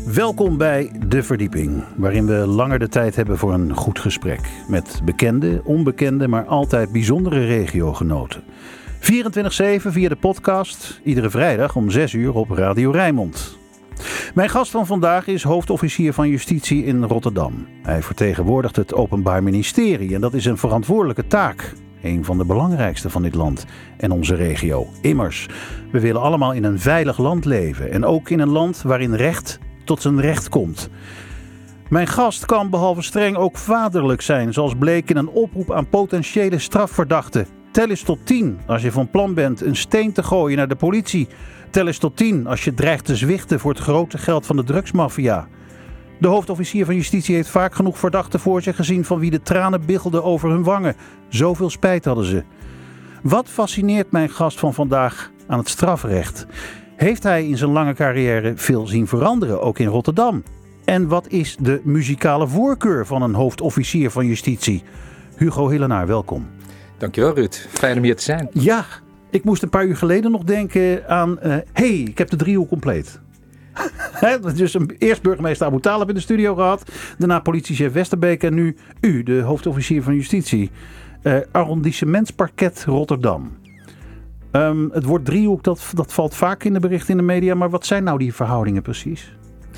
Welkom bij De Verdieping, waarin we langer de tijd hebben voor een goed gesprek. Met bekende, onbekende, maar altijd bijzondere regiogenoten. 24/7 via de podcast, iedere vrijdag om 6 uur op Radio Rijnmond. Mijn gast van vandaag is hoofdofficier van Justitie in Rotterdam. Hij vertegenwoordigt het Openbaar Ministerie en dat is een verantwoordelijke taak. Een van de belangrijkste van dit land en onze regio. Immers, we willen allemaal in een veilig land leven. En ook in een land waarin recht tot zijn recht komt. Mijn gast kan behalve streng ook vaderlijk zijn. Zoals bleek in een oproep aan potentiële strafverdachten. Tel eens tot 10 als je van plan bent een steen te gooien naar de politie. Tel eens tot 10 als je dreigt te zwichten voor het grote geld van de drugsmafia. De hoofdofficier van Justitie heeft vaak genoeg verdachten voor zich gezien van wie de tranen biggelden over hun wangen. Zoveel spijt hadden ze. Wat fascineert mijn gast van vandaag aan het strafrecht? Heeft hij in zijn lange carrière veel zien veranderen, ook in Rotterdam? En wat is de muzikale voorkeur van een hoofdofficier van Justitie? Hugo Hillenaar, welkom. Dankjewel Ruud, fijn om hier te zijn. Ja, ik moest een paar uur geleden nog denken aan... ik heb de driehoek compleet. Dus eerst burgemeester Abu Talib in de studio gehad. Daarna politiechef Westerbeek en nu u, de hoofdofficier van Justitie. Arrondissementsparket Rotterdam. Het woord driehoek, dat valt vaak in de berichten in de media. Maar wat zijn nou die verhoudingen precies?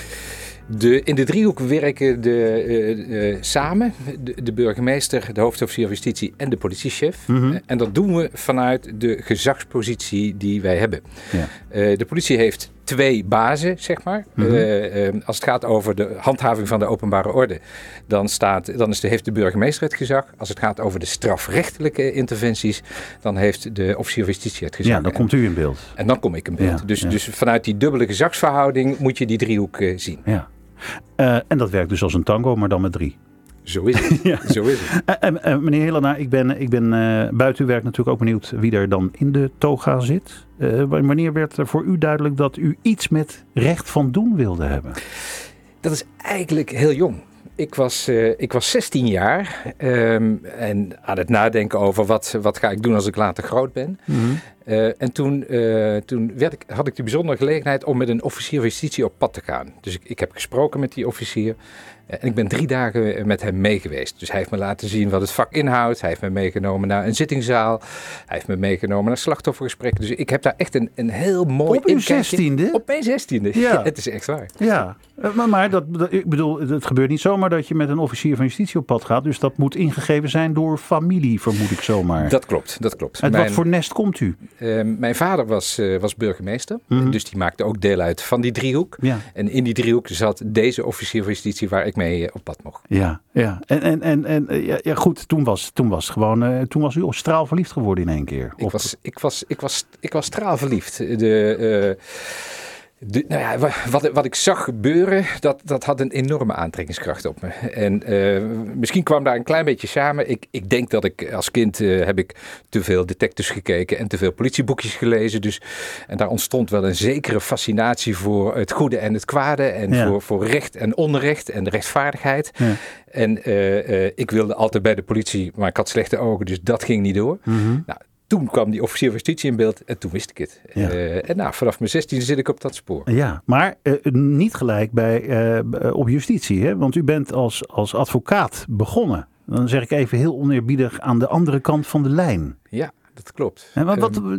In de driehoek werken samen de burgemeester, de hoofdofficier van Justitie en de politiechef. Mm-hmm. En dat doen we vanuit de gezagspositie die wij hebben. Ja. De politie heeft 2 bazen, zeg maar. Mm-hmm. Als het gaat over de handhaving van de openbare orde, dan heeft de burgemeester het gezag. Als het gaat over de strafrechtelijke interventies, dan heeft de officier van Justitie het gezag. Ja, dan komt u in beeld. En dan kom ik in beeld. Ja, dus vanuit die dubbele gezagsverhouding moet je die driehoek zien. Ja. En dat werkt dus als een tango, maar dan met 3. Zo is het. Ja. Zo is het. Meneer Hillenaar, ik ben buiten uw werk natuurlijk ook benieuwd wie er dan in de toga zit. Wanneer werd er voor u duidelijk dat u iets met recht van doen wilde hebben? Dat is eigenlijk heel jong. Ik was 16 jaar en aan het nadenken over wat ga ik doen als ik later groot ben. Mm-hmm. En toen had ik de bijzondere gelegenheid om met een officier van Justitie op pad te gaan. Dus ik heb gesproken met die officier en ik ben 3 dagen met hem mee geweest. Dus hij heeft me laten zien wat het vak inhoudt. Hij heeft me meegenomen naar een zittingszaal. Hij heeft me meegenomen naar slachtoffergesprekken. Dus ik heb daar echt een heel mooi inkijkje. Op uw 16e? Op mijn 16e, ja. Het is echt waar. Ja, maar ik bedoel, het gebeurt niet zomaar dat je met een officier van Justitie op pad gaat. Dus dat moet ingegeven zijn door familie, vermoed ik zomaar. Dat klopt. Uit wat voor nest komt u? Mijn vader was burgemeester, mm-hmm. Dus die maakte ook deel uit van die driehoek. Ja. En in die driehoek zat deze officier van Justitie waar ik mee op pad mocht. Ja. En goed, toen was u straalverliefd geworden in één keer. Ik was straalverliefd. Wat ik zag gebeuren, dat had een enorme aantrekkingskracht op me. En misschien kwam daar een klein beetje samen. Ik denk dat ik als kind heb ik te veel detectives gekeken en te veel politieboekjes gelezen. En daar ontstond wel een zekere fascinatie voor het goede en het kwade. En voor recht en onrecht en de rechtvaardigheid. Ja. En ik wilde altijd bij de politie, maar ik had slechte ogen, dus dat ging niet door. Mm-hmm. Toen kwam die officier van Justitie in beeld en toen wist ik het. Ja. Vanaf mijn 16e zit ik op dat spoor. Ja, maar niet gelijk op justitie, hè? Want u bent als advocaat begonnen. Dan zeg ik even heel oneerbiedig aan de andere kant van de lijn. Ja, dat klopt. En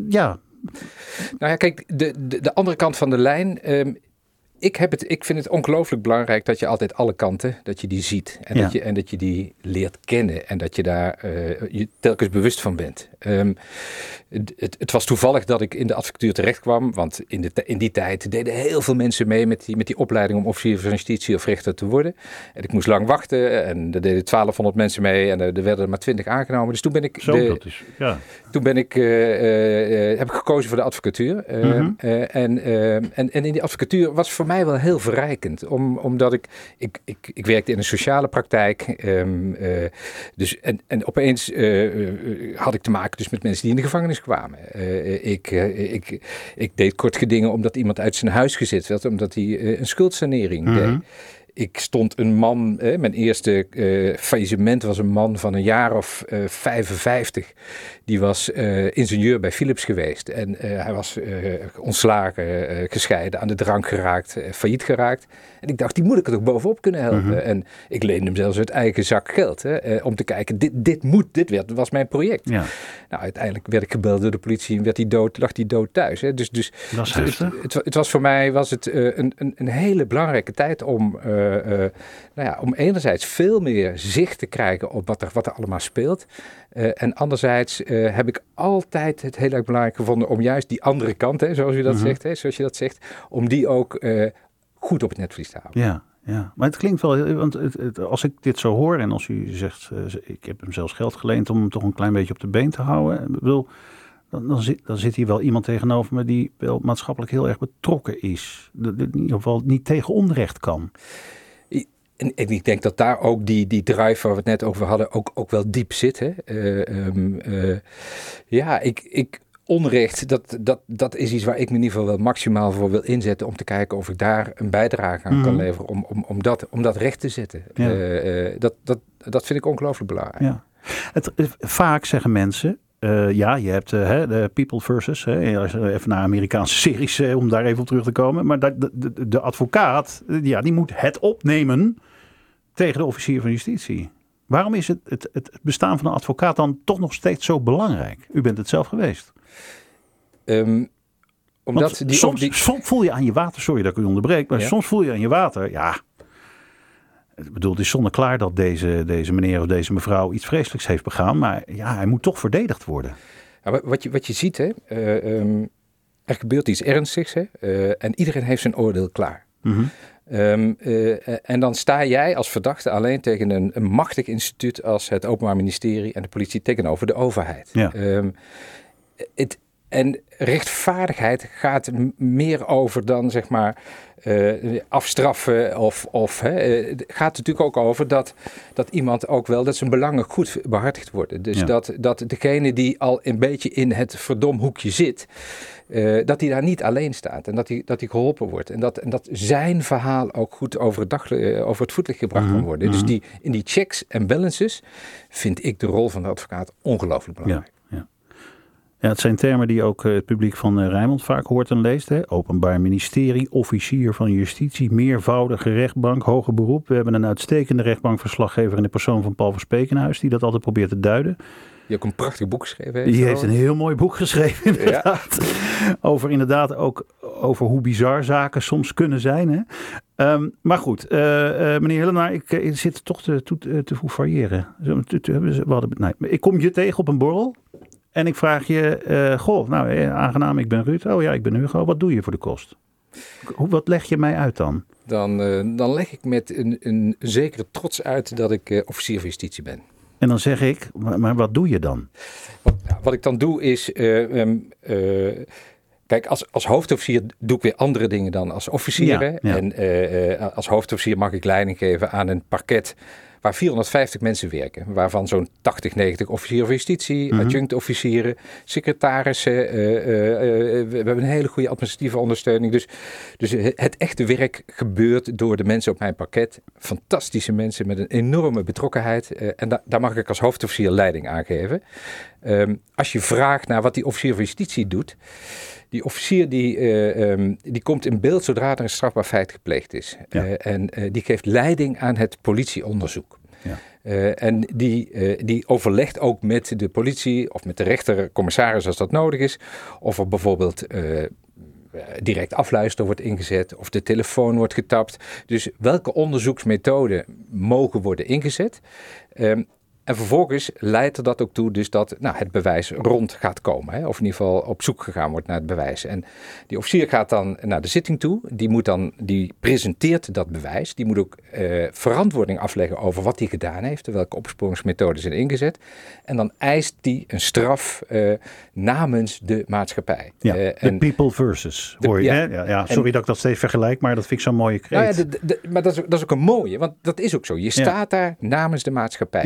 kijk, de andere kant van de lijn... Ik vind het ongelooflijk belangrijk dat je altijd alle kanten, dat je die ziet. En dat je die leert kennen. En dat je daar je telkens bewust van bent. Het was toevallig dat ik in de advocatuur terecht kwam. Want in die tijd deden heel veel mensen mee met die opleiding om officier van Justitie of rechter te worden. En ik moest lang wachten. En er deden 1200 mensen mee. En er werden er maar 20 aangenomen. Dus toen ben ik... heb ik gekozen voor de advocatuur. Mm-hmm. En in die advocatuur was voor mij wel heel verrijkend. Omdat ik werkte in een sociale praktijk. En opeens had ik te maken dus met mensen die in de gevangenis kwamen. Ik deed kort gedingen omdat iemand uit zijn huis gezet werd. Omdat hij een schuldsanering deed. Ik stond een man, mijn eerste faillissement was een man van een jaar of 55. Die was ingenieur bij Philips geweest. En hij was ontslagen, gescheiden, aan de drank geraakt, failliet geraakt. En ik dacht, die moet ik er toch bovenop kunnen helpen. Mm-hmm. En ik leende hem zelfs uit eigen zak geld. Om te kijken, dit was mijn project. Ja. Nou, uiteindelijk werd ik gebeld door de politie en lag hij dood thuis. Hè. Dus het was voor mij een hele belangrijke tijd om enerzijds veel meer zicht te krijgen op wat er allemaal speelt. En anderzijds heb ik altijd het heel erg belangrijk gevonden om juist die andere kant, zoals je dat zegt, om die ook goed op het netvlies te houden. Ja, maar het klinkt wel, want als ik dit zo hoor en als u zegt, ik heb hem zelfs geld geleend om hem toch een klein beetje op de been te houden. Ik bedoel, dan zit hier wel iemand tegenover me die wel maatschappelijk heel erg betrokken is. In ieder geval niet tegen onrecht kan. En ik denk dat daar ook die drive waar we het net over hadden ook wel diep zit. Hè? Onrecht, dat is iets waar ik me in ieder geval wel maximaal voor wil inzetten om te kijken of ik daar een bijdrage aan kan leveren om dat recht te zetten. Ja. Dat vind ik ongelooflijk belangrijk. Ja. Vaak zeggen mensen, je hebt de People versus, even naar Amerikaanse series om daar even op terug te komen. Maar de advocaat, die moet het opnemen tegen de officier van justitie. Waarom is het bestaan van een advocaat dan toch nog steeds zo belangrijk? U bent het zelf geweest. Omdat soms voel je aan je water, sorry dat ik u onderbreek, maar soms voel je aan je water, ik bedoel, het is zonneklaar dat deze meneer of deze mevrouw iets vreselijks heeft begaan, maar hij moet toch verdedigd worden. Ja, wat je ziet, er gebeurt iets ernstigs en iedereen heeft zijn oordeel klaar. Mm-hmm. En dan sta jij als verdachte alleen tegen een machtig instituut als het Openbaar Ministerie en de politie tegenover de overheid. Ja. En rechtvaardigheid gaat meer over dan zeg maar afstraffen het gaat natuurlijk ook over dat iemand ook wel, dat zijn belangen goed behartigd worden. Dus dat degene die al een beetje in het verdomhoekje zit, dat hij daar niet alleen staat en dat hij geholpen wordt. En dat zijn verhaal ook goed over het voetlicht gebracht kan worden. Dus in die checks en balances vind ik de rol van de advocaat ongelooflijk belangrijk. Ja, het zijn termen die ook het publiek van Rijnmond vaak hoort en leest. Hè? Openbaar ministerie, officier van justitie, meervoudige rechtbank, hoger beroep. We hebben een uitstekende rechtbankverslaggever in de persoon van Paul van Spekenhuis, die dat altijd probeert te duiden. Die ook een prachtig boek geschreven heeft. Die heeft een heel mooi boek geschreven, inderdaad. Ja. Over hoe bizar zaken soms kunnen zijn. Hè? Maar goed, meneer Hellenaar, ik zit toch te variëren. Ik kom je tegen op een borrel. En ik vraag je, aangenaam, ik ben Ruud. Oh ja, ik ben Hugo. Wat doe je voor de kost? Wat leg je mij uit dan? Dan leg ik met een zekere trots uit dat ik officier van justitie ben. En dan zeg ik, maar wat doe je dan? Wat ik dan doe is, kijk, als hoofdofficier doe ik weer andere dingen dan als officier. Ja. En als hoofdofficier mag ik leiding geven aan een parket waar 450 mensen werken. Waarvan zo'n 80, 90 officieren van justitie, adjunct-officieren, secretarissen. We hebben een hele goede administratieve ondersteuning. Dus het echte werk gebeurt door de mensen op mijn parket. Fantastische mensen met een enorme betrokkenheid. En daar mag ik als hoofdofficier leiding aan geven. Als je vraagt naar wat die officier van justitie doet. Die officier die komt in beeld zodra er een strafbaar feit gepleegd is. Ja. En die geeft leiding aan het politieonderzoek. Ja. En die overlegt ook met de politie of met de rechter-commissaris als dat nodig is. Of er bijvoorbeeld direct afluisteren wordt ingezet of de telefoon wordt getapt. Dus welke onderzoeksmethoden mogen worden ingezet? En vervolgens leidt er dat ook toe dus dat het bewijs rond gaat komen. Hè? Of in ieder geval op zoek gegaan wordt naar het bewijs. En die officier gaat dan naar de zitting toe. Die presenteert dat bewijs. Die moet ook verantwoording afleggen over wat hij gedaan heeft. Welke opsporingsmethoden zijn ingezet. En dan eist die een straf namens de maatschappij. Ja, de people versus. Hoor je, hè? Ja, sorry dat ik dat steeds vergelijk, maar dat vind ik zo'n mooie kreet. Maar dat is ook een mooie, want dat is ook zo. Je staat daar namens de maatschappij. Ja.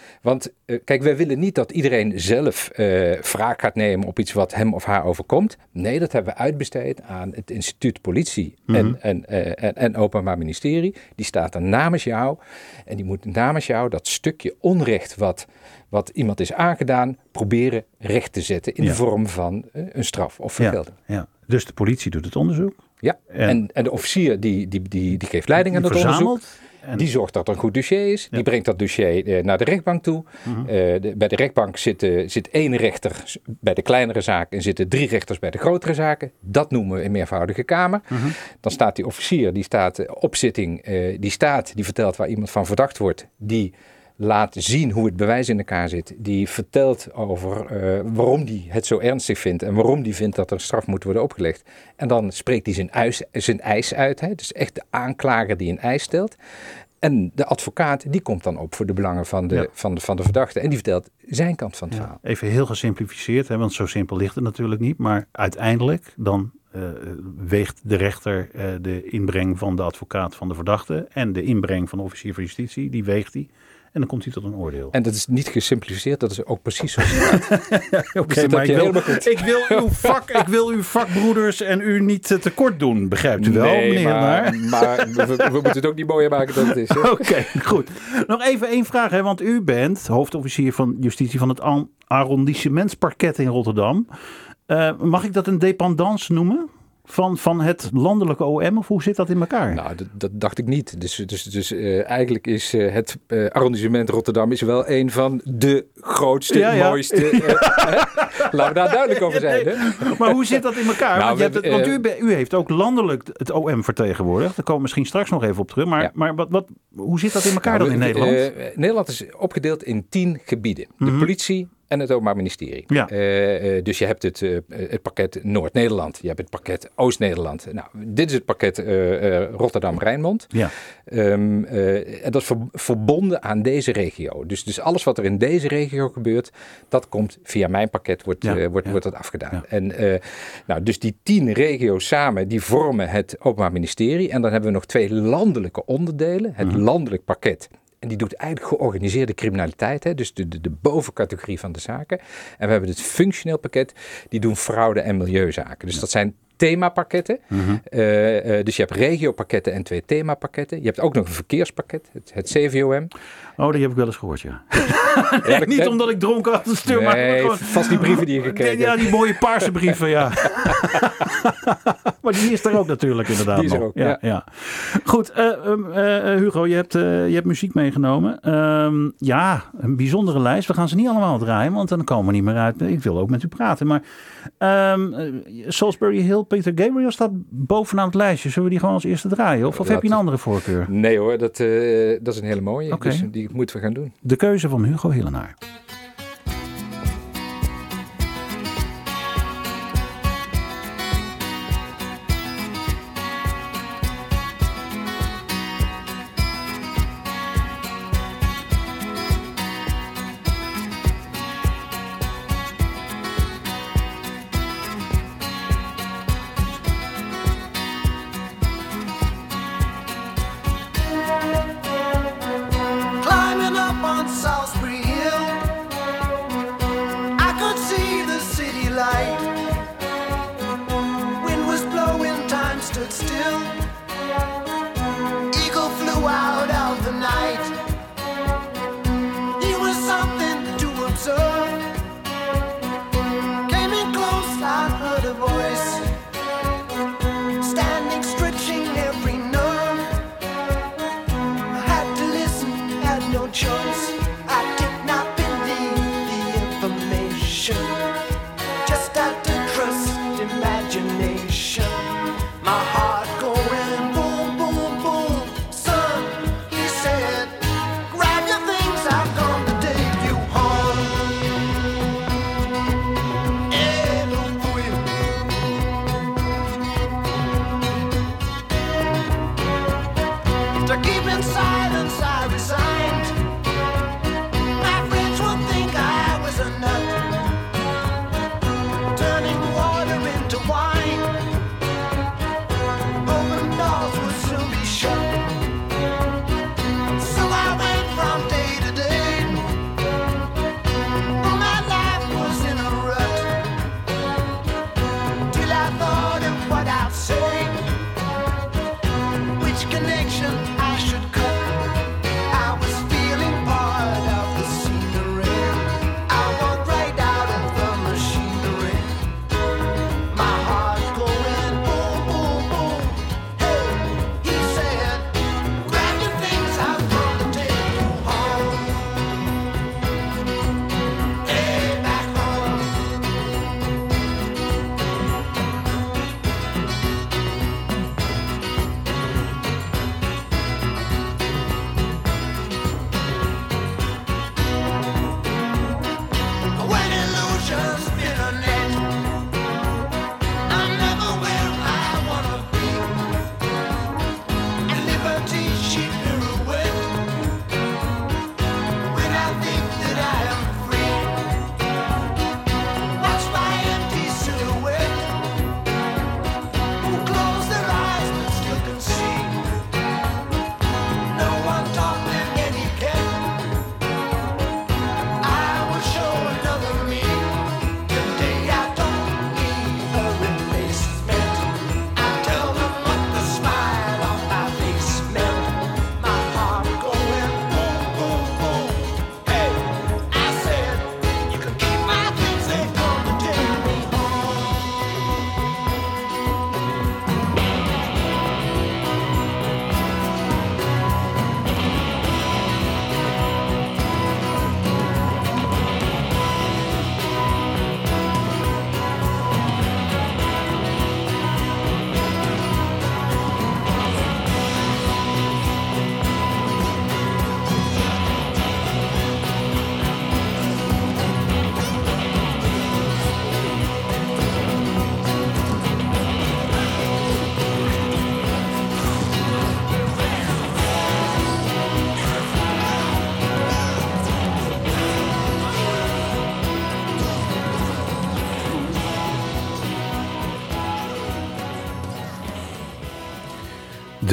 Want kijk, wij willen niet dat iedereen zelf wraak gaat nemen op iets wat hem of haar overkomt. Nee, dat hebben we uitbesteed aan het instituut politie en Openbaar Ministerie. Die staat er namens jou en die moet namens jou dat stukje onrecht wat iemand is aangedaan proberen recht te zetten in de vorm van een straf of vergelding. Ja. Dus de politie doet het onderzoek. Ja, en de officier die geeft leiding aan het onderzoek. Die zorgt dat er een goed dossier is. Die brengt dat dossier naar de rechtbank toe. Bij de rechtbank zit 1 rechter bij de kleinere zaak en zitten 3 rechters bij de grotere zaken. Dat noemen we een meervoudige kamer. Dan staat die officier, die staat op zitting, die vertelt waar iemand van verdacht wordt. Die laat zien hoe het bewijs in elkaar zit. Die vertelt over waarom hij het zo ernstig vindt en waarom hij vindt dat er een straf moet worden opgelegd. En dan spreekt hij zijn eis uit. Hè? Dus echt de aanklager die een eis stelt. En de advocaat die komt dan op voor de belangen van de verdachte. En die vertelt zijn kant van het verhaal. Even heel gesimplificeerd, hè, want zo simpel ligt het natuurlijk niet. Maar uiteindelijk dan weegt de rechter de inbreng van de advocaat van de verdachte en de inbreng van de officier van justitie, die weegt hij. En dan komt hij tot een oordeel. En dat is niet gesimplificeerd, dat is ook precies zo. Oké, maar ik wil uw vakbroeders en u niet tekort doen, begrijpt u wel, meneer? Maar we moeten het ook niet mooier maken dan het is. Oké, goed. Nog even 1 vraag, hè, want u bent hoofdofficier van justitie van het arrondissementsparket in Rotterdam. Mag ik dat een dependance noemen? Van het landelijke OM, of hoe zit dat in elkaar? Nou, dat dacht ik niet. Dus eigenlijk is het arrondissement Rotterdam is wel een van de grootste, mooiste. Laten we daar duidelijk over zijn. Hè? Maar hoe zit dat in elkaar? Want u heeft ook landelijk het OM vertegenwoordigd. Daar komen we misschien straks nog even op terug. Maar hoe zit dat in elkaar dan in Nederland? Nederland is opgedeeld in 10 gebieden. De politie en het Openbaar Ministerie. Ja. Dus je hebt het pakket Noord-Nederland. Je hebt het pakket Oost-Nederland. Nou, dit is het pakket Rotterdam-Rijnmond. Ja. En dat is verbonden aan deze regio. Dus alles wat er in deze regio gebeurt, dat komt via mijn pakket, wordt dat afgedaan. Ja. En dus die 10 regio's samen, die vormen het Openbaar Ministerie. En dan hebben we nog 2 landelijke onderdelen. Het landelijk pakket. En die doet eigenlijk georganiseerde criminaliteit. Hè? Dus de bovencategorie van de zaken. En we hebben het functioneel pakket. Die doen fraude en milieuzaken. Dus dat zijn themapakketten. Dus je hebt regiopakketten en 2 themapakketten. Je hebt ook nog een verkeerspakket. Het CVOM. Oh, die heb ik wel eens gehoord, ja. Niet omdat ik dronken had het stuur, maar gewoon vast die brieven die je gekeken. Ja, die mooie paarse brieven, ja. Maar die is er ook natuurlijk inderdaad. Die is er ook, ja. Goed, Hugo, je hebt muziek meegenomen. Een bijzondere lijst. We gaan ze niet allemaal draaien, want dan komen we niet meer uit. Ik wil ook met u praten, maar Salisbury Hill, Peter Gabriel staat bovenaan het lijstje. Zullen we die gewoon als eerste draaien? Of heb je een andere voorkeur? Nee hoor, dat is een hele mooie. Okay. Dus die moeten we gaan doen. De keuze van Hugo Hillenaar.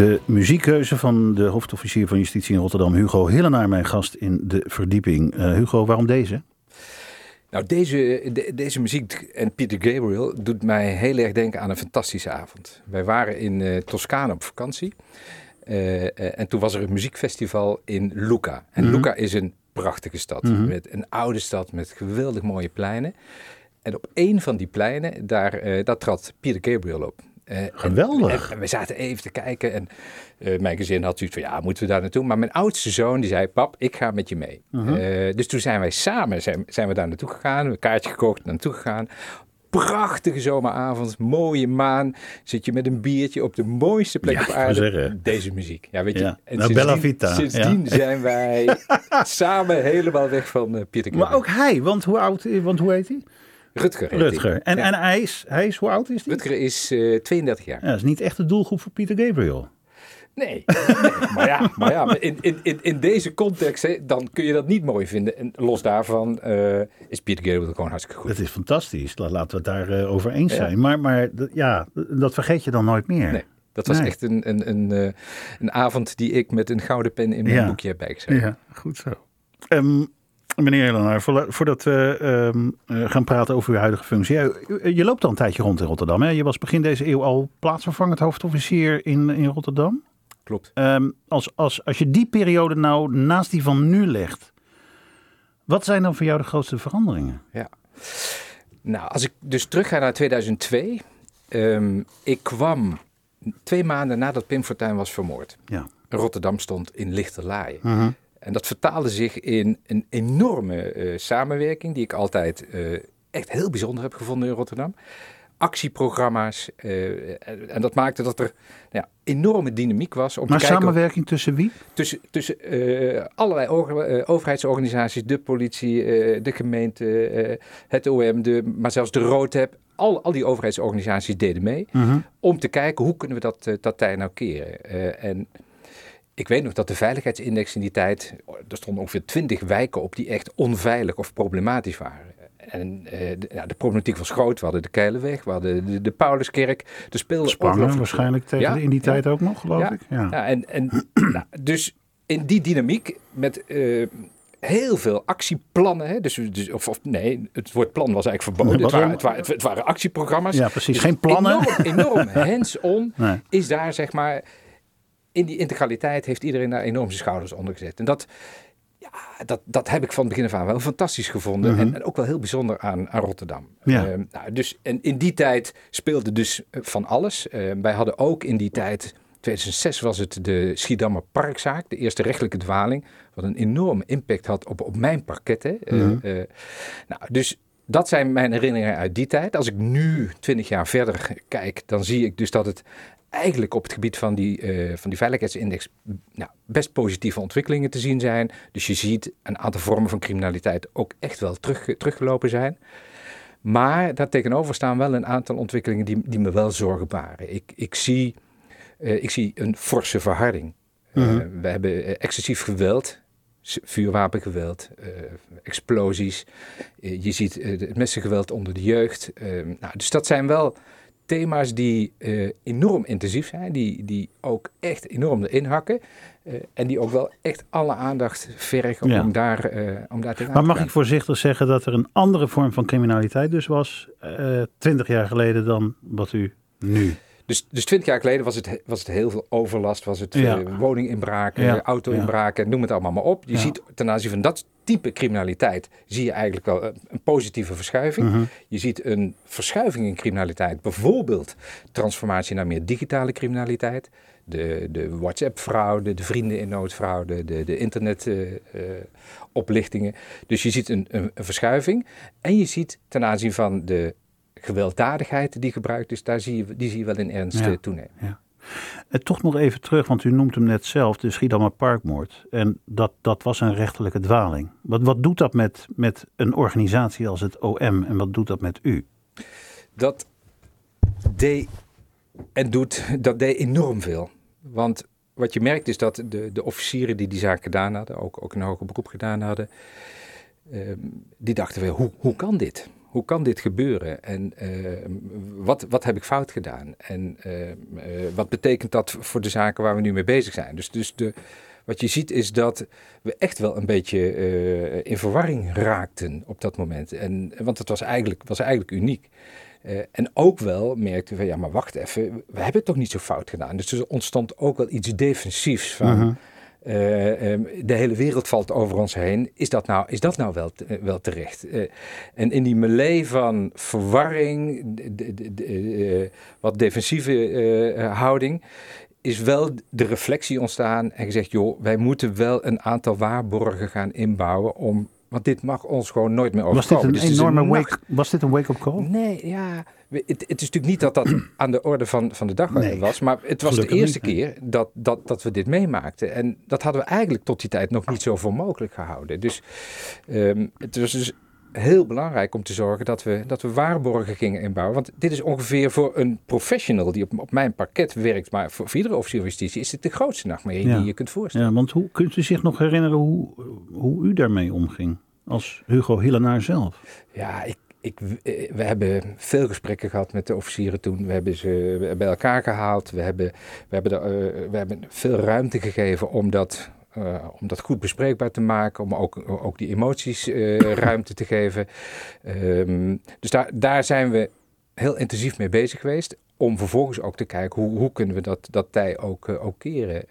De muziekkeuze van de hoofdofficier van Justitie in Rotterdam, Hugo Hillenaar, mijn gast in De Verdieping. Hugo, waarom deze? Nou, deze muziek en Peter Gabriel doet mij heel erg denken aan een fantastische avond. Wij waren in Toscane op vakantie en toen was er een muziekfestival in Lucca. En Lucca is een prachtige stad, met een oude stad met geweldig mooie pleinen. En op één van die pleinen, daar trad Peter Gabriel op. Geweldig. En we zaten even te kijken en mijn gezin had zoiets van, ja, moeten we daar naartoe? Maar mijn oudste zoon die zei, pap, ik ga met je mee. Dus toen zijn wij samen zijn we daar naartoe gegaan, een kaartje gekocht, naartoe gegaan. Prachtige zomeravond, mooie maan. Zit je met een biertje op de mooiste plek op aarde. Deze muziek. Ja, weet je. Ja. En Bella Vita. Sindsdien zijn wij samen helemaal weg van Peter Gabriel. Maar ook hij, want hoe heet hij? Rutger. En hij is, hoe oud is hij? Rutger is 32 jaar. Ja, dat is niet echt de doelgroep voor Peter Gabriel. Nee. Maar in deze context, hè, dan kun je dat niet mooi vinden. En los daarvan is Peter Gabriel gewoon hartstikke goed. Dat is fantastisch. Laten we het daar over eens zijn. Maar dat vergeet je dan nooit meer. Nee, dat was echt een avond die ik met een gouden pen in mijn boekje heb bijgeschreven. Ja, goed zo. Meneer Hillenaar, voordat we gaan praten over uw huidige functie. Je loopt al een tijdje rond in Rotterdam. Hè? Je was begin deze eeuw al plaatsvervangend hoofdofficier in Rotterdam. Klopt. Als je die periode nou naast die van nu legt, wat zijn dan voor jou de grootste veranderingen? Ja. Nou, als ik dus terug ga naar 2002. Ik kwam 2 maanden nadat Pim Fortuyn was vermoord. Ja. Rotterdam stond in lichte laaien. En dat vertaalde zich in een enorme samenwerking die ik altijd echt heel bijzonder heb gevonden in Rotterdam. Actieprogramma's. En dat maakte dat er enorme dynamiek was. Maar te kijken, samenwerking tussen wie? Tussen allerlei overheidsorganisaties, de politie, de gemeente, het OM, maar zelfs de Roodheb. Al die overheidsorganisaties deden mee. Om te kijken hoe kunnen we dat tij nou keren. En ik weet nog dat de veiligheidsindex in die tijd, er stonden ongeveer 20 wijken op die echt onveilig of problematisch waren. En de problematiek was groot. We hadden de Keilerweg, we hadden de Pauluskerk. Er speelde Spangen waarschijnlijk in die tijd ook nog, geloof ik. Ja, dus in die dynamiek met heel veel actieplannen. Hè, het woord plan was eigenlijk verboden. Het waren actieprogramma's. Ja, precies. Dus geen plannen. Enorm hands-on is daar, zeg maar. In die integraliteit heeft iedereen daar enorm zijn schouders onder gezet. En dat heb ik van het begin af aan wel fantastisch gevonden. En ook wel heel bijzonder aan Rotterdam. Ja. Dus in die tijd speelde dus van alles. Wij hadden ook in die tijd, 2006 was het de Schiedammer Parkzaak. De eerste rechtelijke dwaling. Wat een enorme impact had op mijn parket. Dus dat zijn mijn herinneringen uit die tijd. Als ik nu 20 jaar verder kijk, dan zie ik dus dat het eigenlijk op het gebied van die veiligheidsindex best positieve ontwikkelingen te zien zijn. Dus je ziet een aantal vormen van criminaliteit ook echt wel teruggelopen zijn. Maar daar tegenover staan wel een aantal ontwikkelingen die me wel zorgen baren. Ik zie een forse verharding. We hebben excessief geweld, vuurwapengeweld, explosies. Je ziet het messengeweld onder de jeugd. Dus dat zijn wel thema's die enorm intensief zijn, die ook echt enorm erin hakken en die ook wel echt alle aandacht vergen om daar tegenaan te gaan. Maar mag ik voorzichtig zeggen dat er een andere vorm van criminaliteit dus was 20 jaar geleden dan wat u nu? Dus 20 jaar geleden was het heel veel overlast, was het woninginbraken, auto-inbraken, noem het allemaal maar op. Je ziet ten aanzien van dat type criminaliteit, zie je eigenlijk wel een positieve verschuiving. Je ziet een verschuiving in criminaliteit, bijvoorbeeld transformatie naar meer digitale criminaliteit. De WhatsApp-fraude, de vrienden in noodfraude, de internet-oplichtingen. Dus je ziet een verschuiving en je ziet ten aanzien van de gewelddadigheid die gebruikt is, die zie je wel in ernst toenemen. Ja. Toch nog even terug, want u noemt hem net zelf, de Schiedammer Parkmoord. En dat was een rechterlijke dwaling. Wat doet dat met een organisatie als het OM en wat doet dat met u? Dat deed enorm veel. Want wat je merkt is dat de officieren die zaak gedaan hadden, ook een hoger beroep gedaan hadden, die dachten weer, hoe kan dit? hoe kan dit gebeuren? En wat heb ik fout gedaan? En wat betekent dat voor de zaken waar we nu mee bezig zijn? Dus wat je ziet is dat we echt wel een beetje in verwarring raakten op dat moment. Want het was eigenlijk uniek. En ook wel merkten we, ja, maar wacht even, we hebben het toch niet zo fout gedaan. Dus er ontstond ook wel iets defensiefs van... de hele wereld valt over ons heen. Is dat nou wel terecht? En in die melee van verwarring, wat defensieve houding, is wel de reflectie ontstaan en gezegd, joh, wij moeten wel een aantal waarborgen gaan inbouwen want dit mag ons gewoon nooit meer overkomen. Was dit een wake-up call? Nee, ja. Het is natuurlijk niet dat aan de orde van de dag was. Maar het was de eerste keer dat we dit meemaakten. En dat hadden we eigenlijk tot die tijd nog niet zo voor mogelijk gehouden. Dus het was dus heel belangrijk om te zorgen dat we waarborgen gingen inbouwen. Want dit is ongeveer voor een professional die op mijn parket werkt. Maar voor iedere officier van justitie is dit de grootste nachtmerrie die je kunt voorstellen. Ja, want hoe kunt u zich nog herinneren hoe u daarmee omging? Als Hugo Hillenaar zelf? Ja, we hebben veel gesprekken gehad met de officieren toen. We hebben ze bij elkaar gehaald. We hebben veel ruimte gegeven om dat goed bespreekbaar te maken. Om ook die emoties ruimte te geven. Dus daar zijn we heel intensief mee bezig geweest. Om vervolgens ook te kijken hoe kunnen we dat tij ook keren.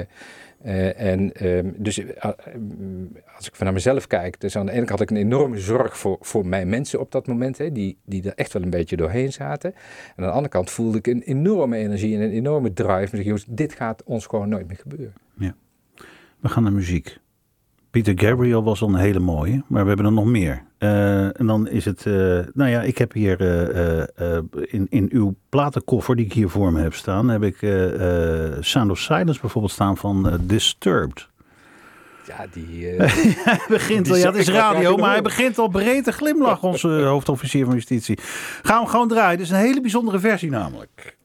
Dus als ik naar mezelf kijk, dus aan de ene kant had ik een enorme zorg voor mijn mensen op dat moment, die er echt wel een beetje doorheen zaten. En aan de andere kant voelde ik een enorme energie en een enorme drive. Dus jongens, dit gaat ons gewoon nooit meer gebeuren. Ja. We gaan naar muziek. Peter Gabriel was al een hele mooie, maar we hebben er nog meer. En dan is het... ik heb hier in uw platenkoffer die ik hier voor me heb staan, heb ik Sound of Silence bijvoorbeeld staan van Disturbed. Ja, die... hij begint wel, het is radio, maar hij begint al breed te glimlachen, onze hoofdofficier van justitie. Gaan we hem gewoon draaien. Dit is een hele bijzondere versie namelijk.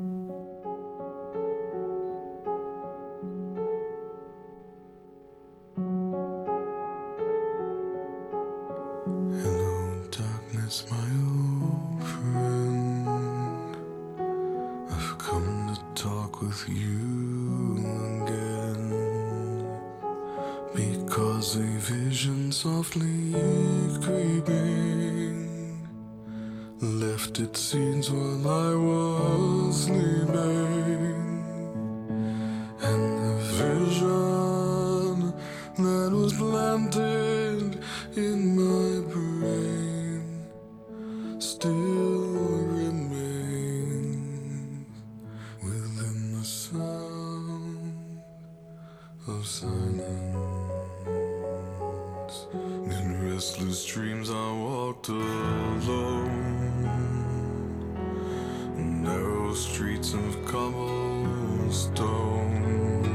My old friend, I've come to talk with you again, because a vision softly creeping left its scenes while I was sleeping, and the vision that was planted in my brain still remains within the sound of silence. In restless dreams I walked alone, narrow streets of cobblestone,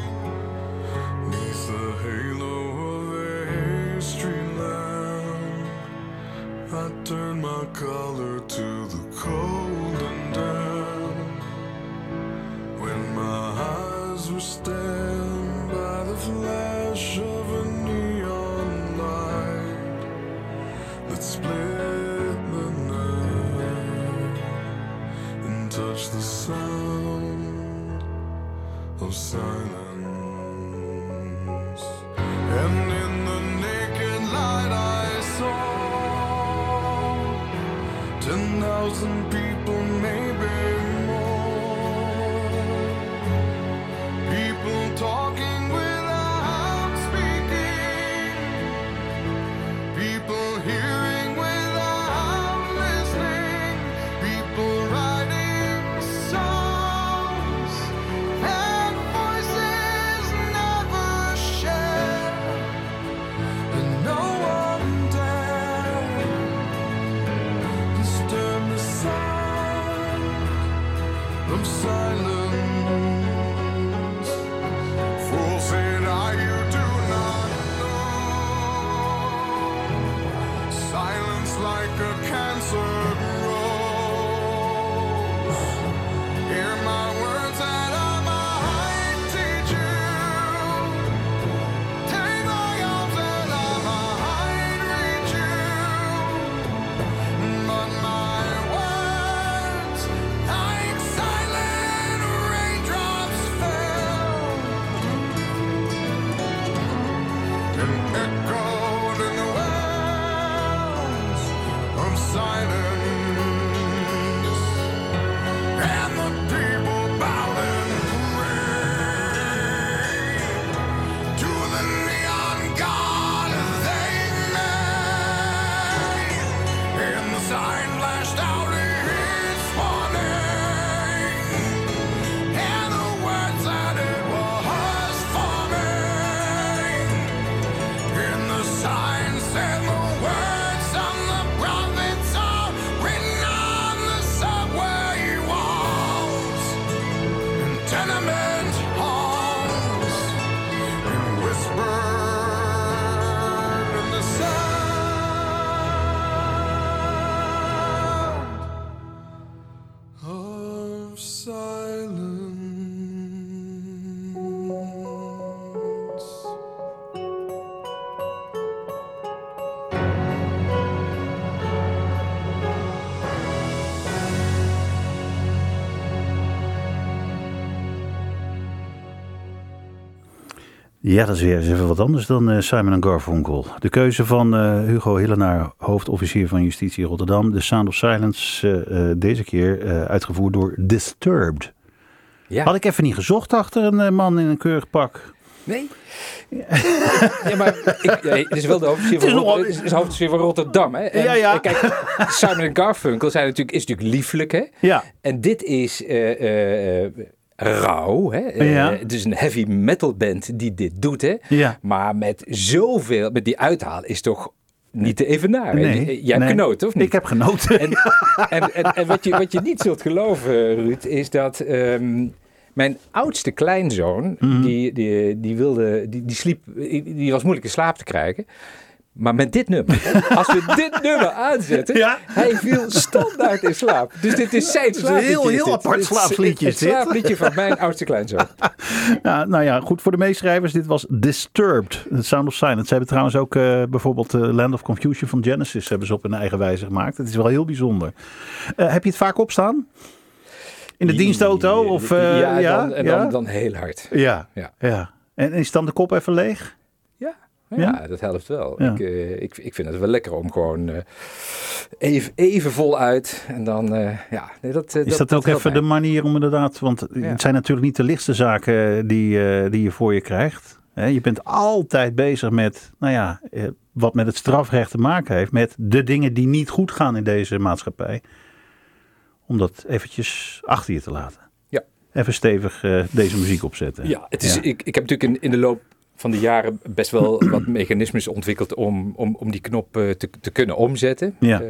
neath the halo of a street lamp I turned my collar to the cold and damp, when my eyes were stabbed by the flash of a neon light that split the night and touched the sound of silence. And in the naked light I saw 10,000 people, maybe more. People talking without speaking. People hearing without listening. People writing songs and voices never shared. And no one dared disturb the sound echoed in the wells of silence, and the people bowed and prayed to the neon god they made, and the sign flashed out its warning, and the words that it was forming, and the sign said the words of the prophets are written on the subway walls and tenement halls, and whispered in the sound of silence. Ja, dat is weer eens even wat anders dan Simon & Garfunkel. De keuze van Hugo Hillenaar, hoofdofficier van Justitie Rotterdam. The Sound of Silence, deze keer uitgevoerd door Disturbed. Ja. Had ik even niet gezocht achter een man in een keurig pak. Nee? Ja, maar het is wel de hoofdofficier van Rotterdam. Hè? En, Ja. Kijk, Simon & Garfunkel is natuurlijk lieflijk. Hè? Ja. En dit is rauw. Hè? Ja. Het is een heavy metal band die dit doet. Hè? Ja. Maar met die uithaal is toch niet te evenaren. Nee, Jij hebt genoten, of niet? Ik heb genoten. En wat je niet zult geloven, Ruud, is dat mijn oudste kleinzoon, die was moeilijk in slaap te krijgen. Maar met dit nummer, als we dit nummer aanzetten, hij viel standaard in slaap. Dus dit is zijn slaapliedje. Heel apart slaapliedje. Het slaapliedje van mijn oudste kleinzoon. Ja, nou ja, goed voor de meeschrijvers. Dit was Disturbed, The Sound of Silence. Ze hebben trouwens ook bijvoorbeeld Land of Confusion van Genesis hebben ze op hun eigen wijze gemaakt. Het is wel heel bijzonder. Heb je het vaak opstaan? In de dienstauto? Of, dan heel hard. Ja. En is dan de kop even leeg? Ja, dat helpt wel. Ja. Ik vind het wel lekker om gewoon even voluit. En dan, Is dat ook even de manier om inderdaad... Want het zijn natuurlijk niet de lichtste zaken die je voor je krijgt. Je bent altijd bezig met, wat met het strafrecht te maken heeft. Met de dingen die niet goed gaan in deze maatschappij. Om dat eventjes achter je te laten. Ja. Even stevig deze muziek opzetten. Ja, ik heb natuurlijk in de loop van de jaren best wel wat mechanismes ontwikkeld om die knop te kunnen omzetten. Ja.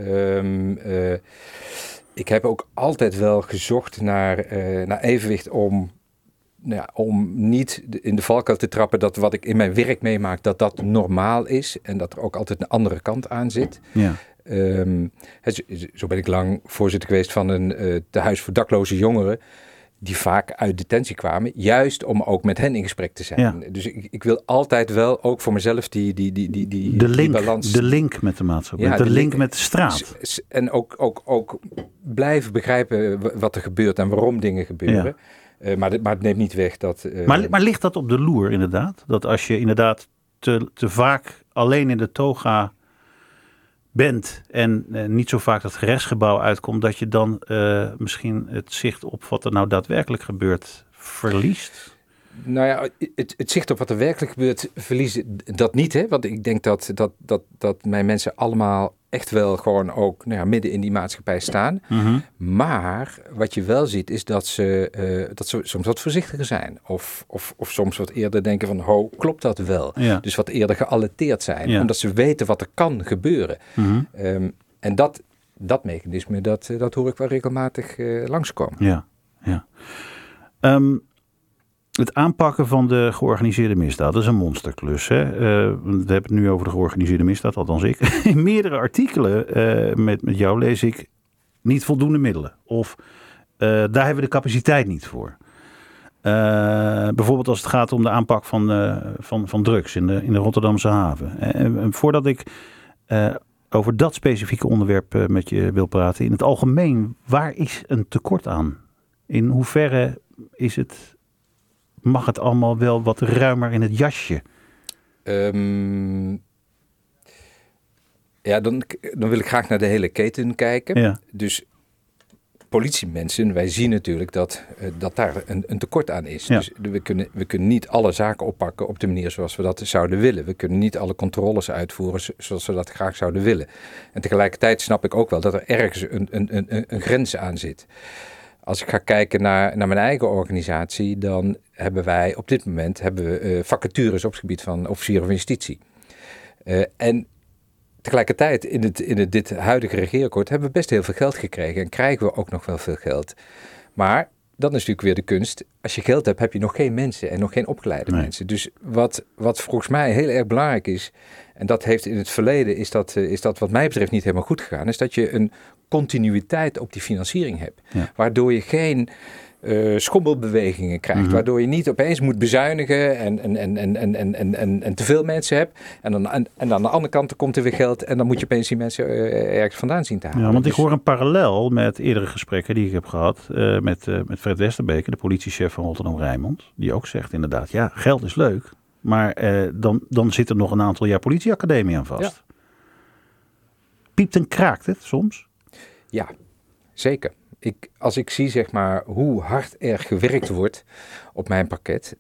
Ik heb ook altijd wel gezocht naar evenwicht om niet in de valkuil te trappen dat wat ik in mijn werk meemaak, dat normaal is. En dat er ook altijd een andere kant aan zit. Ja. Zo ben ik lang voorzitter geweest van een tehuis voor dakloze jongeren, die vaak uit detentie kwamen, juist om ook met hen in gesprek te zijn. Ja. Dus ik wil altijd wel, ook voor mezelf, die balans. De link met de maatschappij, de link met de straat. En ook blijven begrijpen wat er gebeurt en waarom dingen gebeuren. Ja. Maar het neemt niet weg dat... Maar ligt dat op de loer inderdaad? Dat als je inderdaad te vaak alleen in de toga bent en niet zo vaak dat gerechtsgebouw uitkomt, dat je dan misschien het zicht op wat er nou daadwerkelijk gebeurt verliest? Nou ja, het zicht op wat er werkelijk gebeurt verliezen dat niet, hè? Want ik denk dat mijn mensen allemaal echt wel gewoon ook midden in die maatschappij staan. Mm-hmm. Maar wat je wel ziet is dat ze soms wat voorzichtiger zijn. Of soms wat eerder denken van, klopt dat wel? Ja. Dus wat eerder gealerteerd zijn. Ja. Omdat ze weten wat er kan gebeuren. Mm-hmm. En dat mechanisme, dat hoor ik wel regelmatig langskomen. Ja. Het aanpakken van de georganiseerde misdaad, dat is een monsterklus. Hè? We hebben het nu over de georganiseerde misdaad, althans ik. In meerdere artikelen met jou lees ik niet voldoende middelen. Of daar hebben we de capaciteit niet voor. Bijvoorbeeld als het gaat om de aanpak van drugs in de Rotterdamse haven. En voordat ik over dat specifieke onderwerp met je wil praten, in het algemeen, waar is een tekort aan? In hoeverre mag het allemaal wel wat ruimer in het jasje? Dan wil ik graag naar de hele keten kijken. Ja. Dus politiemensen, wij zien natuurlijk dat daar een tekort aan is. Ja. Dus we kunnen niet alle zaken oppakken op de manier zoals we dat zouden willen. We kunnen niet alle controles uitvoeren zoals we dat graag zouden willen. En tegelijkertijd snap ik ook wel dat er ergens een grens aan zit. Als ik ga kijken naar mijn eigen organisatie, dan hebben wij op dit moment vacatures op het gebied van officieren van justitie. En tegelijkertijd in dit huidige regeerakkoord hebben we best heel veel geld gekregen en krijgen we ook nog wel veel geld. Maar dan is natuurlijk weer de kunst, als je geld hebt, heb je nog geen mensen en nog geen opgeleide mensen. Dus wat volgens mij heel erg belangrijk is, en dat heeft in het verleden, is dat wat mij betreft niet helemaal goed gegaan, is dat je een continuïteit op die financiering hebt. Ja. Waardoor je geen schommelbewegingen krijgt, waardoor je niet opeens moet bezuinigen en te veel mensen hebt. En aan de andere kant komt er weer geld en dan moet je opeens die mensen ergens vandaan zien te halen. Ja, want ik hoor een parallel met eerdere gesprekken die ik heb gehad met Fred Westerbeke, de politiechef van Rotterdam-Rijnmond, die ook zegt inderdaad, ja, geld is leuk, maar dan zit er nog een aantal jaar politieacademie aan vast. Ja. Piept en kraakt het soms? Ja, zeker. Als ik zie, zeg maar, hoe hard er gewerkt wordt op mijn pakket,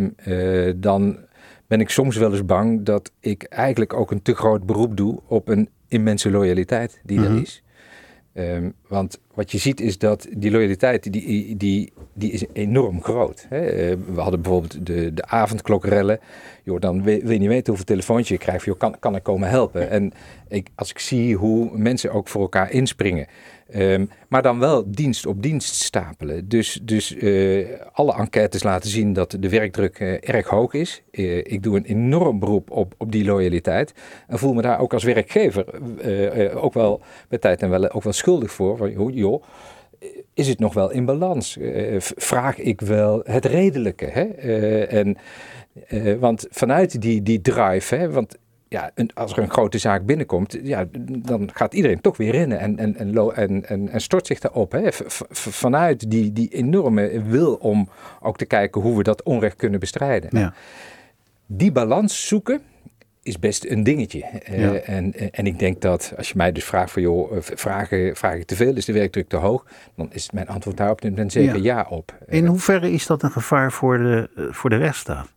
dan ben ik soms wel eens bang dat ik eigenlijk ook een te groot beroep doe op een immense loyaliteit die er is. Want wat je ziet is dat die loyaliteit, die is enorm groot. Hè? We hadden bijvoorbeeld de avondklokrellen. Joh, dan wil je niet weten hoeveel telefoontjes je krijgt. Joh, kan ik komen helpen? En als ik zie hoe mensen ook voor elkaar inspringen. Maar dan wel dienst op dienst stapelen. Dus alle enquêtes laten zien dat de werkdruk erg hoog is. Ik doe een enorm beroep op die loyaliteit. En voel me daar ook als werkgever ook wel bij tijd en wel ook wel schuldig voor. Joh, is het nog wel in balans? Vraag ik wel het redelijke? Hè? Want vanuit die drive, hè, want ja, als er een grote zaak binnenkomt, ja, dan gaat iedereen toch weer rennen en stort zich daarop. Hè. Vanuit die enorme wil om ook te kijken hoe we dat onrecht kunnen bestrijden. Ja. Die balans zoeken is best een dingetje. Ja. En ik denk dat als je mij dus vraagt van joh, vraag ik te veel, is de werkdruk te hoog? Dan is mijn antwoord daarop zeker ja op. In hoeverre is dat een gevaar voor de rechtsstaat?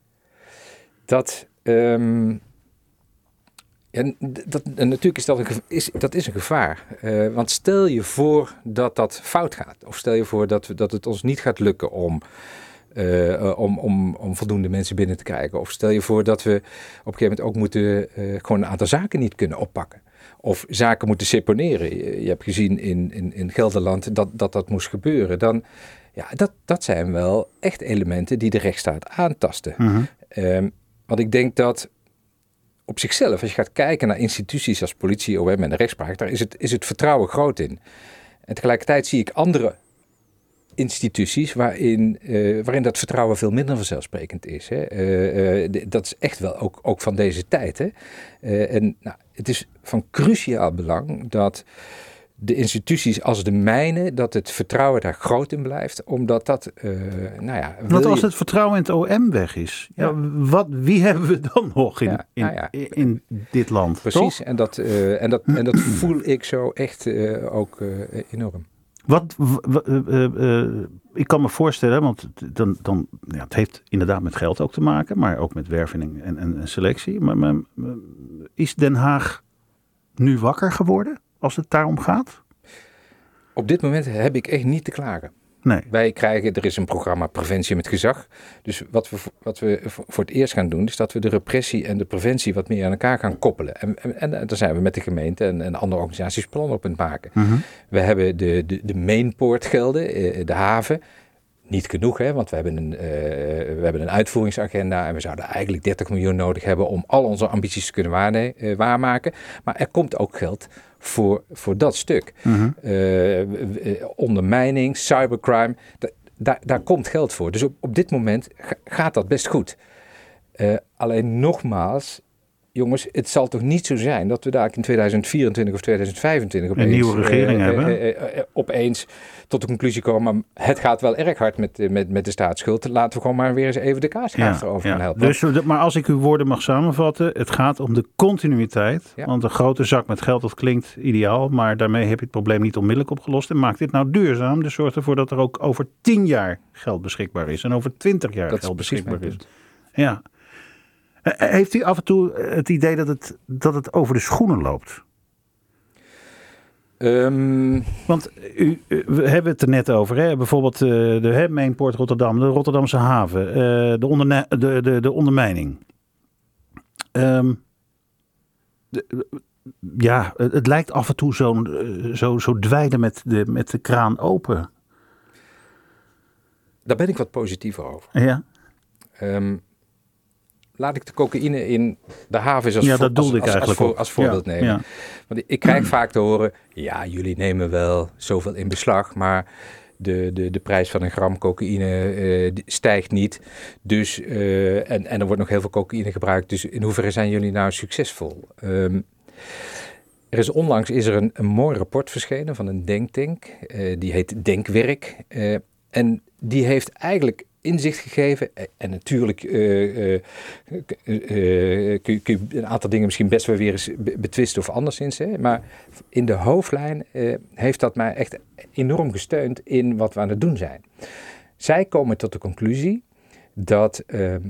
En natuurlijk is dat een gevaar. Want stel je voor dat fout gaat. Of stel je voor dat het ons niet gaat lukken om voldoende mensen binnen te krijgen. Of stel je voor dat we op een gegeven moment ook moeten gewoon een aantal zaken niet kunnen oppakken. Of zaken moeten seponeren. Je hebt gezien in Gelderland dat moest gebeuren. Dan, ja, dat zijn wel echt elementen die de rechtsstaat aantasten. Want ik denk dat op zichzelf, als je gaat kijken naar instituties als politie, OM en de rechtspraak, daar is het vertrouwen groot in. En tegelijkertijd zie ik andere instituties waarin dat vertrouwen veel minder vanzelfsprekend is. Hè. Dat is echt wel ook van deze tijd. Hè. Het is van cruciaal belang dat de instituties als de mijne, dat het vertrouwen daar groot in blijft, omdat dat, Want als het vertrouwen in het OM weg is, wie hebben we dan nog in dit land? Precies, toch? En dat voel ik zo echt ook enorm. Ik kan me voorstellen, want het heeft inderdaad met geld ook te maken, maar ook met werving en selectie. Maar is Den Haag nu wakker geworden als het daarom gaat? Op dit moment heb ik echt niet te klagen. Nee. Er is een programma Preventie met Gezag. Dus wat we voor het eerst gaan doen, is dat we de repressie en de preventie wat meer aan elkaar gaan koppelen. En daar zijn we met de gemeente en andere organisaties plannen op aan het maken. We hebben de mainpoortgelden, de haven. Niet genoeg, hè, want we hebben een uitvoeringsagenda en we zouden eigenlijk 30 miljoen nodig hebben om al onze ambities te kunnen waarmaken. Maar er komt ook geld voor dat stuk. Ondermijning, cybercrime, daar komt geld voor. Dus op dit moment gaat dat best goed. Alleen nogmaals, jongens, het zal toch niet zo zijn dat we daar in 2024 of 2025 opeens, een nieuwe regering hebben. Opeens tot de conclusie komen, het gaat wel erg hard met de staatsschuld. Laten we gewoon maar weer eens even de kaarsgraaf erover gaan helpen. Dus, maar als ik uw woorden mag samenvatten, het gaat om de continuïteit. Ja. Want een grote zak met geld, dat klinkt ideaal, maar daarmee heb je het probleem niet onmiddellijk opgelost. En maakt dit nou duurzaam, dus zorgt ervoor dat er ook over 10 jaar geld beschikbaar is en over 20 jaar geld beschikbaar is. Ja. Heeft u af en toe het idee dat het over de schoenen loopt? Want we hebben het er net over. Hè? Bijvoorbeeld de Mainport Rotterdam, de Rotterdamse haven, de ondermijning. Het lijkt af en toe zo dweilen met de kraan open. Daar ben ik wat positiever over. Ja. Laat ik de cocaïne in de haven als voorbeeld nemen. Ja. Want ik krijg vaak te horen, ja, jullie nemen wel zoveel in beslag, maar de prijs van een gram cocaïne stijgt niet. Dus, en er wordt nog heel veel cocaïne gebruikt, dus in hoeverre zijn jullie nou succesvol? Onlangs is er een mooi rapport verschenen van een denktank, die heet Denkwerk. En die heeft eigenlijk inzicht gegeven. En natuurlijk kun je een aantal dingen misschien best wel weer eens betwisten of anderszins. Hè? Maar in de hoofdlijn heeft dat mij echt enorm gesteund in wat we aan het doen zijn. Zij komen tot de conclusie dat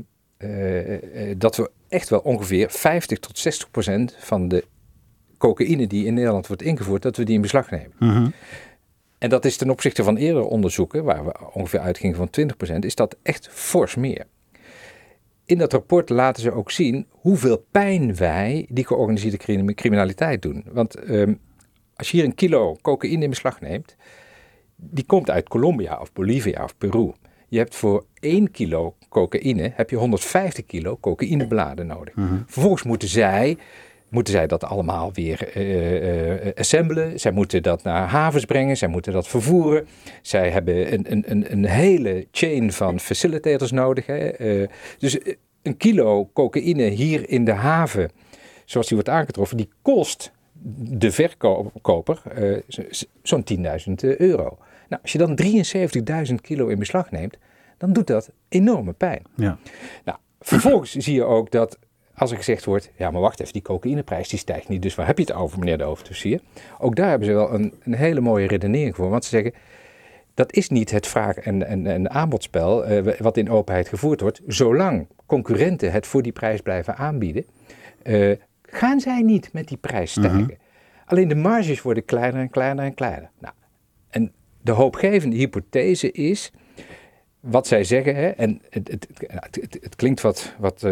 we echt wel ongeveer 50-60% van de cocaïne die in Nederland wordt ingevoerd, dat we die in beslag nemen. Mm-hmm. En dat is ten opzichte van eerdere onderzoeken, waar we ongeveer uitgingen van 20%, is dat echt fors meer. In dat rapport laten ze ook zien hoeveel pijn wij die georganiseerde criminaliteit doen. Want als je hier een kilo cocaïne in beslag neemt, die komt uit Colombia of Bolivia of Peru. Je hebt voor 1 kilo cocaïne heb je 150 kilo cocaïnebladen nodig. Mm-hmm. Vervolgens moeten zij dat allemaal weer assemblen. Zij moeten dat naar havens brengen. Zij moeten dat vervoeren. Zij hebben een hele chain van facilitators nodig. Hè. Dus een kilo cocaïne hier in de haven, zoals die wordt aangetroffen, die kost de verkoper zo'n €10.000. Nou, als je dan 73.000 kilo in beslag neemt, dan doet dat enorme pijn. Ja. Nou, vervolgens zie je ook dat als er gezegd wordt, ja, maar wacht even, die cocaïneprijs die stijgt niet, dus waar heb je het over, meneer de hoofdofficier? Ook daar hebben ze wel een hele mooie redenering voor, want ze zeggen, dat is niet het vraag- en aanbodspel wat in openheid gevoerd wordt. Zolang concurrenten het voor die prijs blijven aanbieden, gaan zij niet met die prijs stijgen. Mm-hmm. Alleen de marges worden kleiner en kleiner en kleiner. Nou, en de hoopgevende hypothese is, wat zij zeggen, hè, en het klinkt wat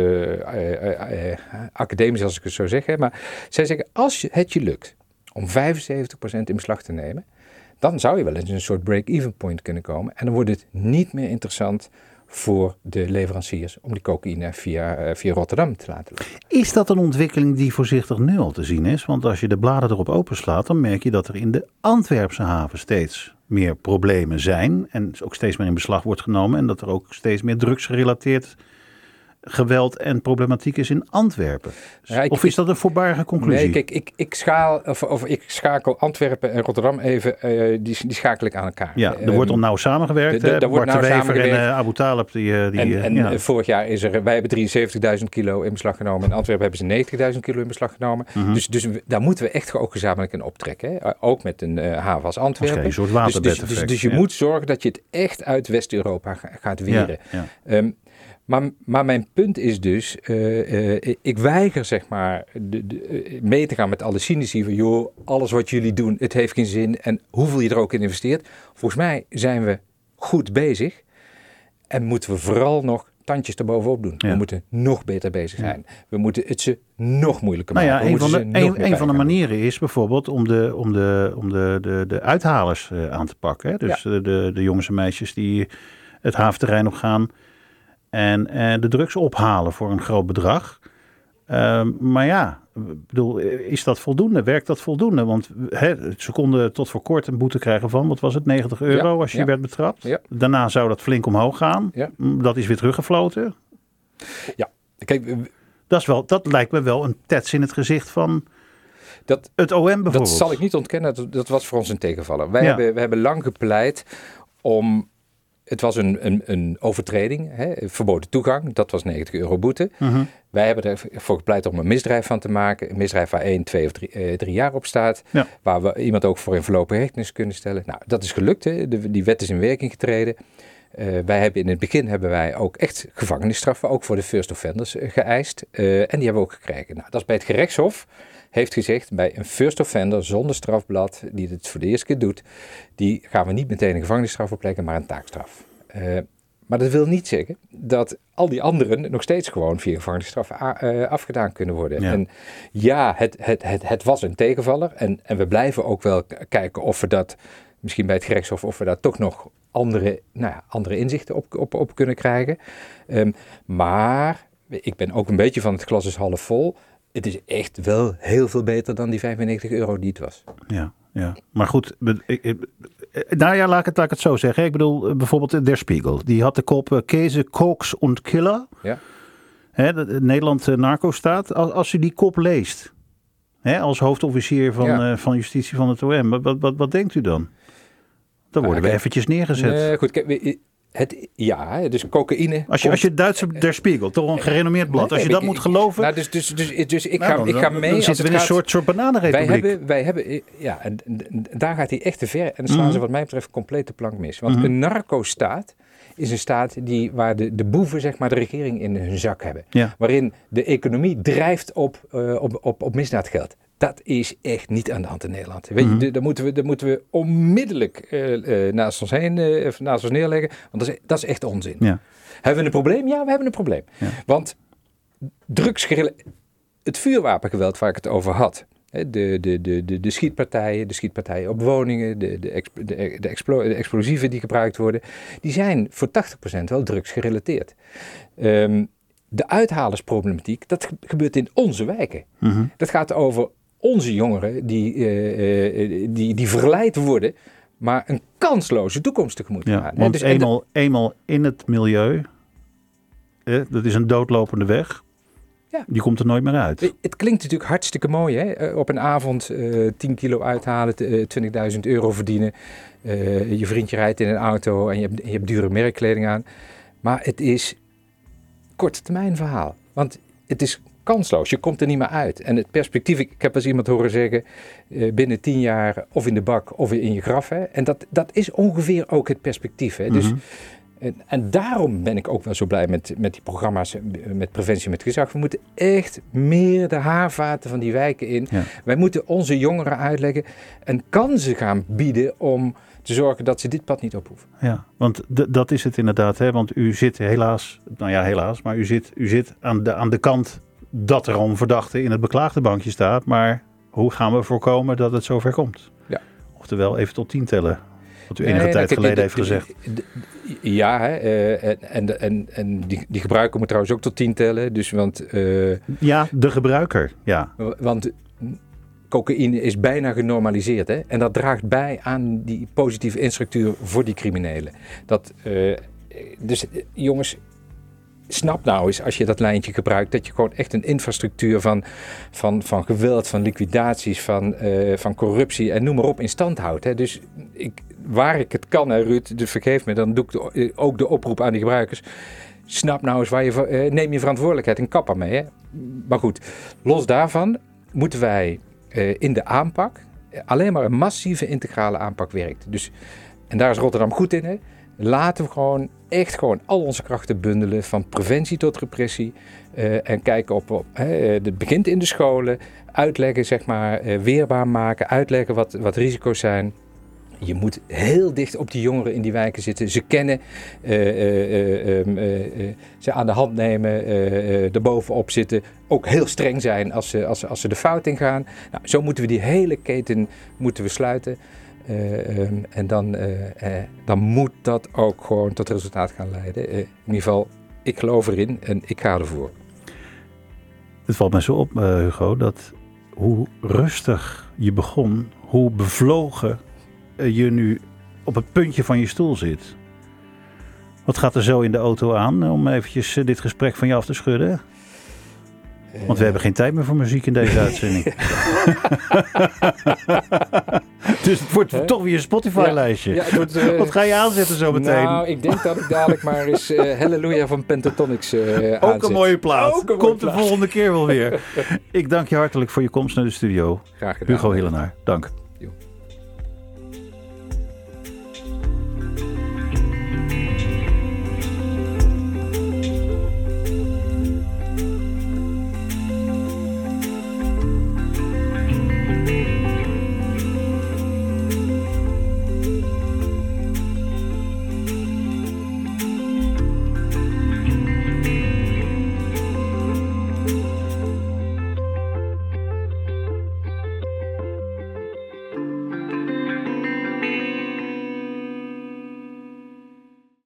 academisch als ik het zo zeg, hè, maar zij zeggen, als het je lukt om 75% in beslag te nemen, dan zou je wel eens een soort break-even point kunnen komen. En dan wordt het niet meer interessant voor de leveranciers om die cocaïne via Rotterdam te laten lopen. Is dat een ontwikkeling die voorzichtig nu al te zien is? Want als je de bladen erop openslaat, dan merk je dat er in de Antwerpse haven steeds meer problemen zijn en ook steeds meer in beslag wordt genomen en dat er ook steeds meer drugsgerelateerd geweld en problematiek is in Antwerpen. Ja, of is dat een voorbarige conclusie? Nee, kijk, ik schakel Antwerpen en Rotterdam even, die schakel ik aan elkaar. Ja, er wordt al nauw samengewerkt. Bart de Wever en Abu Talib. Vorig jaar wij hebben 73.000 kilo in beslag genomen. In Antwerpen hebben ze 90.000 kilo in beslag genomen. Mm-hmm. Dus daar moeten we echt ook gezamenlijk in optrekken. Hè? Ook met een haven als Antwerpen. Een soort waterbedeffect. Dus je moet zorgen dat je het echt uit West-Europa gaat weren. Ja. Maar mijn punt is dus, ik weiger zeg maar mee te gaan met alle cynici van joh, alles wat jullie doen, het heeft geen zin en hoeveel je er ook in investeert. Volgens mij zijn we goed bezig en moeten we vooral nog tandjes erbovenop doen. Ja. We moeten nog beter bezig zijn. Ja. We moeten het ze nog moeilijker maken. Een van de manieren is bijvoorbeeld om de uithalers aan te pakken. Hè? Dus de jongens en meisjes die het haventerrein op gaan en de drugs ophalen voor een groot bedrag. Maar ja, is dat voldoende? Werkt dat voldoende? Want ze konden tot voor kort een boete krijgen van, wat was het, €90 als je werd betrapt. Ja. Daarna zou dat flink omhoog gaan. Ja. Dat is weer teruggefloten. Ja, kijk, Dat lijkt me wel een tets in het gezicht van het OM bijvoorbeeld. Dat zal ik niet ontkennen. Dat was voor ons een tegenvaller. Wij hebben lang gepleit om... Het was een overtreding, verboden toegang. Dat was €90 boete. Uh-huh. Wij hebben ervoor gepleit om een misdrijf van te maken. Een misdrijf waar 1, 2 of 3 jaar op staat. Ja. Waar we iemand ook voor in voorlopige hechtenis kunnen stellen. Nou, dat is gelukt. Hè. Die wet is in werking getreden. In het begin ook echt gevangenisstraffen, ook voor de first offenders geëist. En die hebben we ook gekregen. Nou, dat is bij het gerechtshof. Heeft gezegd, bij een first offender zonder strafblad, die het voor de eerste keer doet, die gaan we niet meteen een gevangenisstraf opleggen, maar een taakstraf. Maar dat wil niet zeggen dat al die anderen nog steeds gewoon via gevangenisstraf afgedaan kunnen worden. Ja. En ja, het was een tegenvaller. En we blijven ook wel kijken of we dat, misschien bij het gerechtshof, of we daar toch nog andere inzichten op kunnen krijgen. Maar ik ben ook een beetje van het glas is half vol. Het is echt wel heel veel beter dan die €95 die het was. Ja. Maar goed, laat ik het zo zeggen. Ik bedoel, bijvoorbeeld Der Spiegel. Die had de kop Käse, Koks und Killer. Ja. Nederland narco-staat. Als u die kop leest, als hoofdofficier van justitie van het OM, wat denkt u dan? Dan worden we eventjes neergezet. Goed, kijk, dus cocaïne. Als je Duitse Der Spiegel, toch een gerenommeerd blad, als je dat moet geloven. Nou, dus ik ga mee. Dan zitten we in een soort bananenrepubliek. Wij hebben, en daar gaat hij echt te ver. En dan slaan ze wat mij betreft compleet de plank mis. Want een narco-staat is een staat waar de boeven, zeg maar, de regering in hun zak hebben. Ja. Waarin de economie drijft op misdaadgeld. Dat is echt niet aan de hand in Nederland. Weet je, daar moeten we onmiddellijk naast ons neerleggen. Want dat is echt onzin. Ja. Hebben we een probleem? Ja, we hebben een probleem. Ja. Want het vuurwapengeweld waar ik het over had. De schietpartijen op woningen, de explosieven die gebruikt worden. Die zijn voor 80% wel drugsgerelateerd. De uithalersproblematiek, dat gebeurt in onze wijken. Dat gaat over onze jongeren die verleid worden, maar een kansloze toekomst tegemoet gaan. Want dus eenmaal in het milieu, dat is een doodlopende weg. Ja. Die komt er nooit meer uit. Het klinkt natuurlijk hartstikke mooi, hè? Op een avond 10 kilo uithalen, €20.000 verdienen. Je vriendje rijdt in een auto en je hebt dure merkkleding aan. Maar het is korte termijn verhaal. Want het is kansloos. Je komt er niet meer uit. En het perspectief, ik heb eens iemand horen zeggen, binnen 10 jaar of in de bak of in je graf. Hè? En dat is ongeveer ook het perspectief. Hè? Dus, en daarom ben ik ook wel zo blij met die programma's met preventie met gezag. We moeten echt meer de haarvaten van die wijken in. Ja. Wij moeten onze jongeren uitleggen en kansen gaan bieden om te zorgen dat ze dit pad niet ophoeven. Ja, want dat is het inderdaad. Hè? Want u zit helaas, maar u zit aan de kant dat er al een verdachte in het beklaagde bankje staat. Maar hoe gaan we voorkomen dat het zover komt? Ja. Oftewel even tot 10 tellen. Wat u enige tijd geleden heeft gezegd. Ja, en die gebruiker moet trouwens ook tot 10 tellen. Dus, ja, de gebruiker, ja. Want cocaïne is bijna genormaliseerd. Hè? En dat draagt bij aan die positieve infrastructuur voor die criminelen. Dus jongens, snap nou eens als je dat lijntje gebruikt, dat je gewoon echt een infrastructuur van geweld, van liquidaties, van corruptie en noem maar op in stand houdt. Hè? Dus waar ik het kan, hè, Ruud, dus vergeef me, dan doe ik ook de oproep aan die gebruikers. Snap nou eens neem je verantwoordelijkheid en kap ermee. Hè? Maar goed, los daarvan moeten wij in de aanpak, alleen maar een massieve integrale aanpak werkt. Dus, en daar is Rotterdam goed in. Hè? Laten we gewoon al onze krachten bundelen, van preventie tot repressie. En kijken het begint in de scholen, uitleggen, zeg maar, weerbaar maken, uitleggen wat risico's zijn. Je moet heel dicht op die jongeren in die wijken zitten. Ze kennen, ze aan de hand nemen, erbovenop zitten. Ook heel streng zijn als ze de fout ingaan. Nou, zo moeten we die hele keten sluiten. En dan moet dat ook gewoon tot resultaat gaan leiden. In ieder geval, ik geloof erin en ik ga ervoor. Het valt mij zo op, Hugo, dat hoe rustig je begon, hoe bevlogen je nu op het puntje van je stoel zit. Wat gaat er zo in de auto aan om eventjes dit gesprek van je af te schudden? Want we hebben geen tijd meer voor muziek in deze uitzending. Dus het wordt toch weer een Spotify-lijstje. Ja, Wat ga je aanzetten zo meteen? Nou, ik denk dat ik dadelijk maar eens Hallelujah van Pentatonix aanzet. Ook een mooie plaat. Ook een mooie Komt plaat. de volgende keer wel weer. Ik dank je hartelijk voor je komst naar de studio. Graag gedaan. Hugo Hillenaar, dank.